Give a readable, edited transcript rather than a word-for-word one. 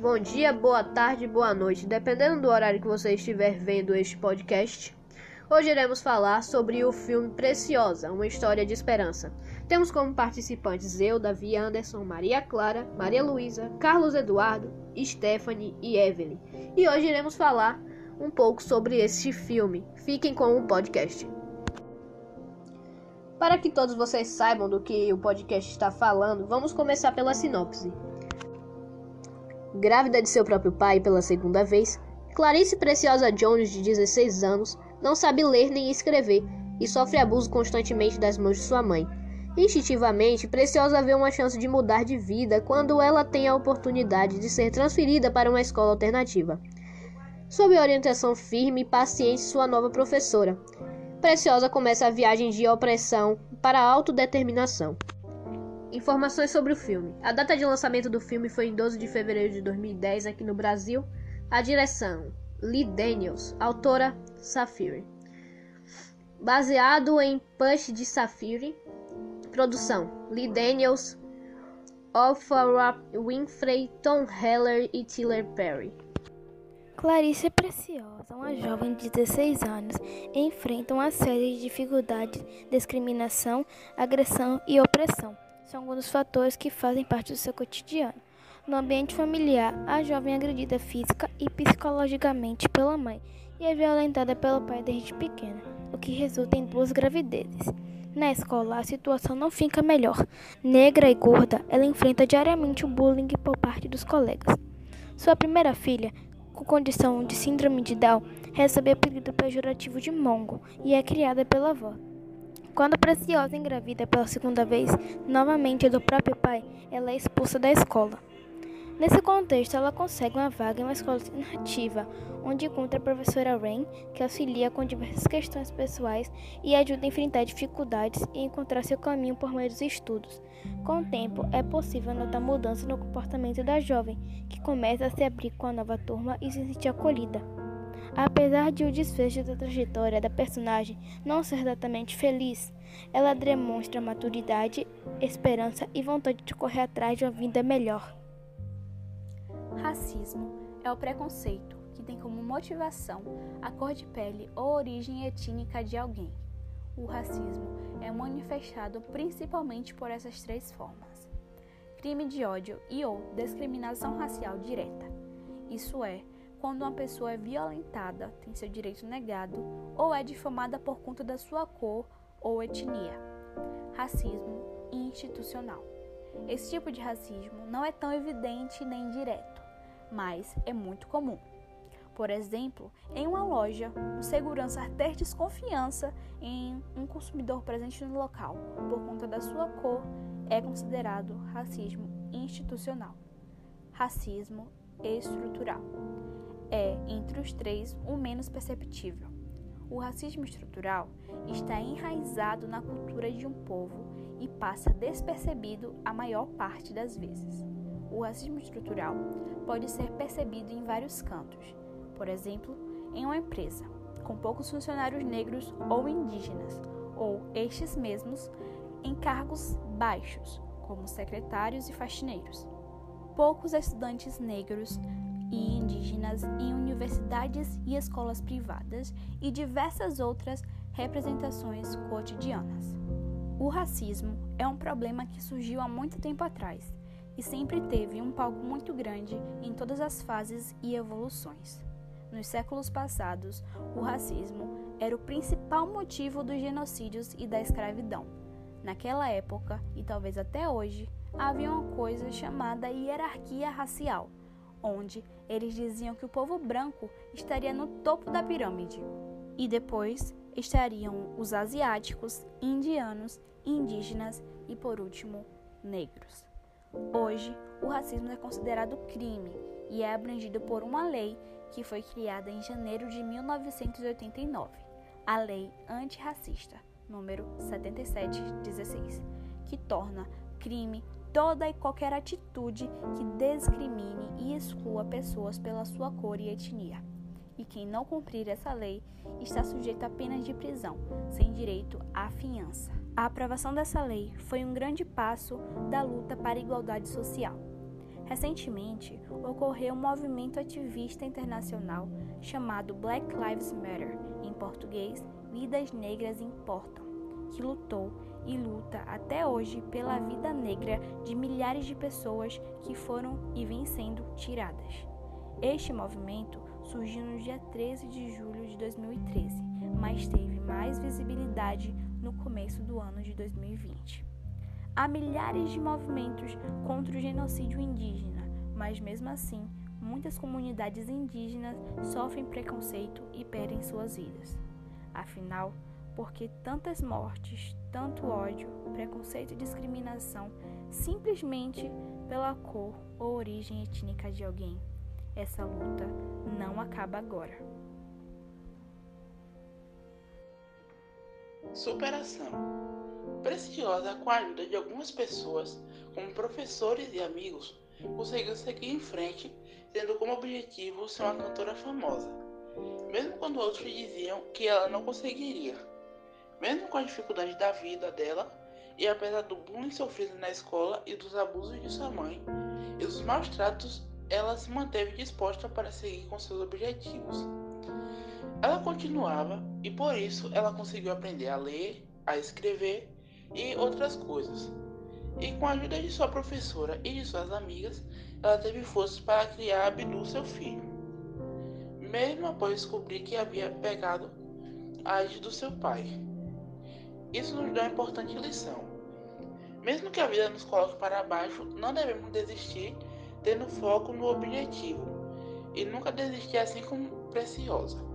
Bom dia, boa tarde, boa noite, dependendo do horário que você estiver vendo este podcast. Hoje iremos falar sobre o filme Preciosa, uma história de esperança. Temos como participantes eu, Davi Anderson, Maria Clara, Maria Luísa, Carlos Eduardo, Stephanie e Evelyn. E hoje iremos falar um pouco sobre este filme. Fiquem com o podcast. Para que todos vocês saibam do que o podcast está falando, vamos começar pela sinopse. Grávida de seu próprio pai pela segunda vez, Clarice Preciosa Jones, de 16 anos, não sabe ler nem escrever e sofre abuso constantemente das mãos de sua mãe. Instintivamente, Preciosa vê uma chance de mudar de vida quando ela tem a oportunidade de ser transferida para uma escola alternativa. Sob a orientação firme e paciente de sua nova professora, Preciosa começa a viagem de opressão para a autodeterminação. Informações sobre o filme. A data de lançamento do filme foi em 12 de fevereiro de 2010 aqui no Brasil. A direção: Lee Daniels. Autora: Safire. Baseado em Push de Safire. Produção: Lee Daniels, Oprah Winfrey, Tom Heller e Tyler Perry. Clarice Preciosa, uma jovem de 16 anos, enfrenta uma série de dificuldades, discriminação, agressão e opressão. São alguns dos fatores que fazem parte do seu cotidiano. No ambiente familiar, a jovem é agredida física e psicologicamente pela mãe e é violentada pelo pai desde pequena, o que resulta em 2 gravidezes. Na escola, a situação não fica melhor. Negra e gorda, ela enfrenta diariamente o bullying por parte dos colegas. Sua primeira filha, com condição de síndrome de Down, recebe o apelido pejorativo de Mongo e é criada pela avó. Quando Preciosa engravida pela segunda vez, novamente do próprio pai, ela é expulsa da escola. Nesse contexto, ela consegue uma vaga em uma escola alternativa, onde encontra a professora Rain, que auxilia com diversas questões pessoais e ajuda a enfrentar dificuldades e encontrar seu caminho por meio dos estudos. Com o tempo, é possível notar mudança no comportamento da jovem, que começa a se abrir com a nova turma e se sentir acolhida. Apesar de o desfecho da trajetória da personagem não ser exatamente feliz, ela demonstra maturidade, esperança e vontade de correr atrás de uma vida melhor. Racismo é o preconceito que tem como motivação a cor de pele ou origem étnica de alguém. O racismo é manifestado principalmente por essas 3 formas: crime de ódio e ou discriminação racial direta. Isso é, quando uma pessoa é violentada, tem seu direito negado ou é difamada por conta da sua cor ou etnia. Racismo institucional. Esse tipo de racismo não é tão evidente nem direto, mas é muito comum. Por exemplo, em uma loja, o segurança ter desconfiança em um consumidor presente no local por conta da sua cor é considerado racismo institucional. Racismo estrutural é, entre os 3, o menos perceptível. O racismo estrutural está enraizado na cultura de um povo e passa despercebido a maior parte das vezes. O racismo estrutural pode ser percebido em vários cantos. Por exemplo, em uma empresa, com poucos funcionários negros ou indígenas, ou estes mesmos em cargos baixos, como secretários e faxineiros. Poucos estudantes negros e indígenas em universidades e escolas privadas e diversas outras representações cotidianas. O racismo é um problema que surgiu há muito tempo atrás e sempre teve um palco muito grande em todas as fases e evoluções. Nos séculos passados, o racismo era o principal motivo dos genocídios e da escravidão. Naquela época, e talvez até hoje, havia uma coisa chamada hierarquia racial, onde eles diziam que o povo branco estaria no topo da pirâmide, e depois estariam os asiáticos, indianos, indígenas e, por último, negros. Hoje, o racismo é considerado crime e é abrangido por uma lei que foi criada em janeiro de 1989, a Lei Antirracista, número 7716, que torna crime toda e qualquer atitude que discrimine e exclua pessoas pela sua cor e etnia. E quem não cumprir essa lei está sujeito a penas de prisão, sem direito à fiança. A aprovação dessa lei foi um grande passo da luta para a igualdade social. Recentemente, ocorreu um movimento ativista internacional chamado Black Lives Matter, em português, Vidas Negras Importam, que lutou e luta até hoje pela vida negra de milhares de pessoas que foram e vêm sendo tiradas. Este movimento surgiu no dia 13 de julho de 2013, mas teve mais visibilidade no começo do ano de 2020. Há milhares de movimentos contra o genocídio indígena, mas mesmo assim, muitas comunidades indígenas sofrem preconceito e perdem suas vidas. Afinal, por que tantas mortes, tanto ódio, preconceito e discriminação simplesmente pela cor ou origem étnica de alguém? Essa luta não acaba agora. Superação. Preciosa, com a ajuda de algumas pessoas, como professores e amigos, conseguiu seguir em frente, tendo como objetivo ser uma cantora famosa, mesmo quando outros diziam que ela não conseguiria. Mesmo com as dificuldades da vida dela, e apesar do bullying sofrido na escola e dos abusos de sua mãe e dos maus tratos, ela se manteve disposta para seguir com seus objetivos. Ela continuava e por isso ela conseguiu aprender a ler, a escrever e outras coisas. E com a ajuda de sua professora e de suas amigas, ela teve forças para criar Abdul, seu filho, mesmo após descobrir que havia pegado a AIDS do seu pai. Isso nos dá uma importante lição. Mesmo que a vida nos coloque para baixo, não devemos desistir, tendo foco no objetivo, e nunca desistir, assim como Preciosa.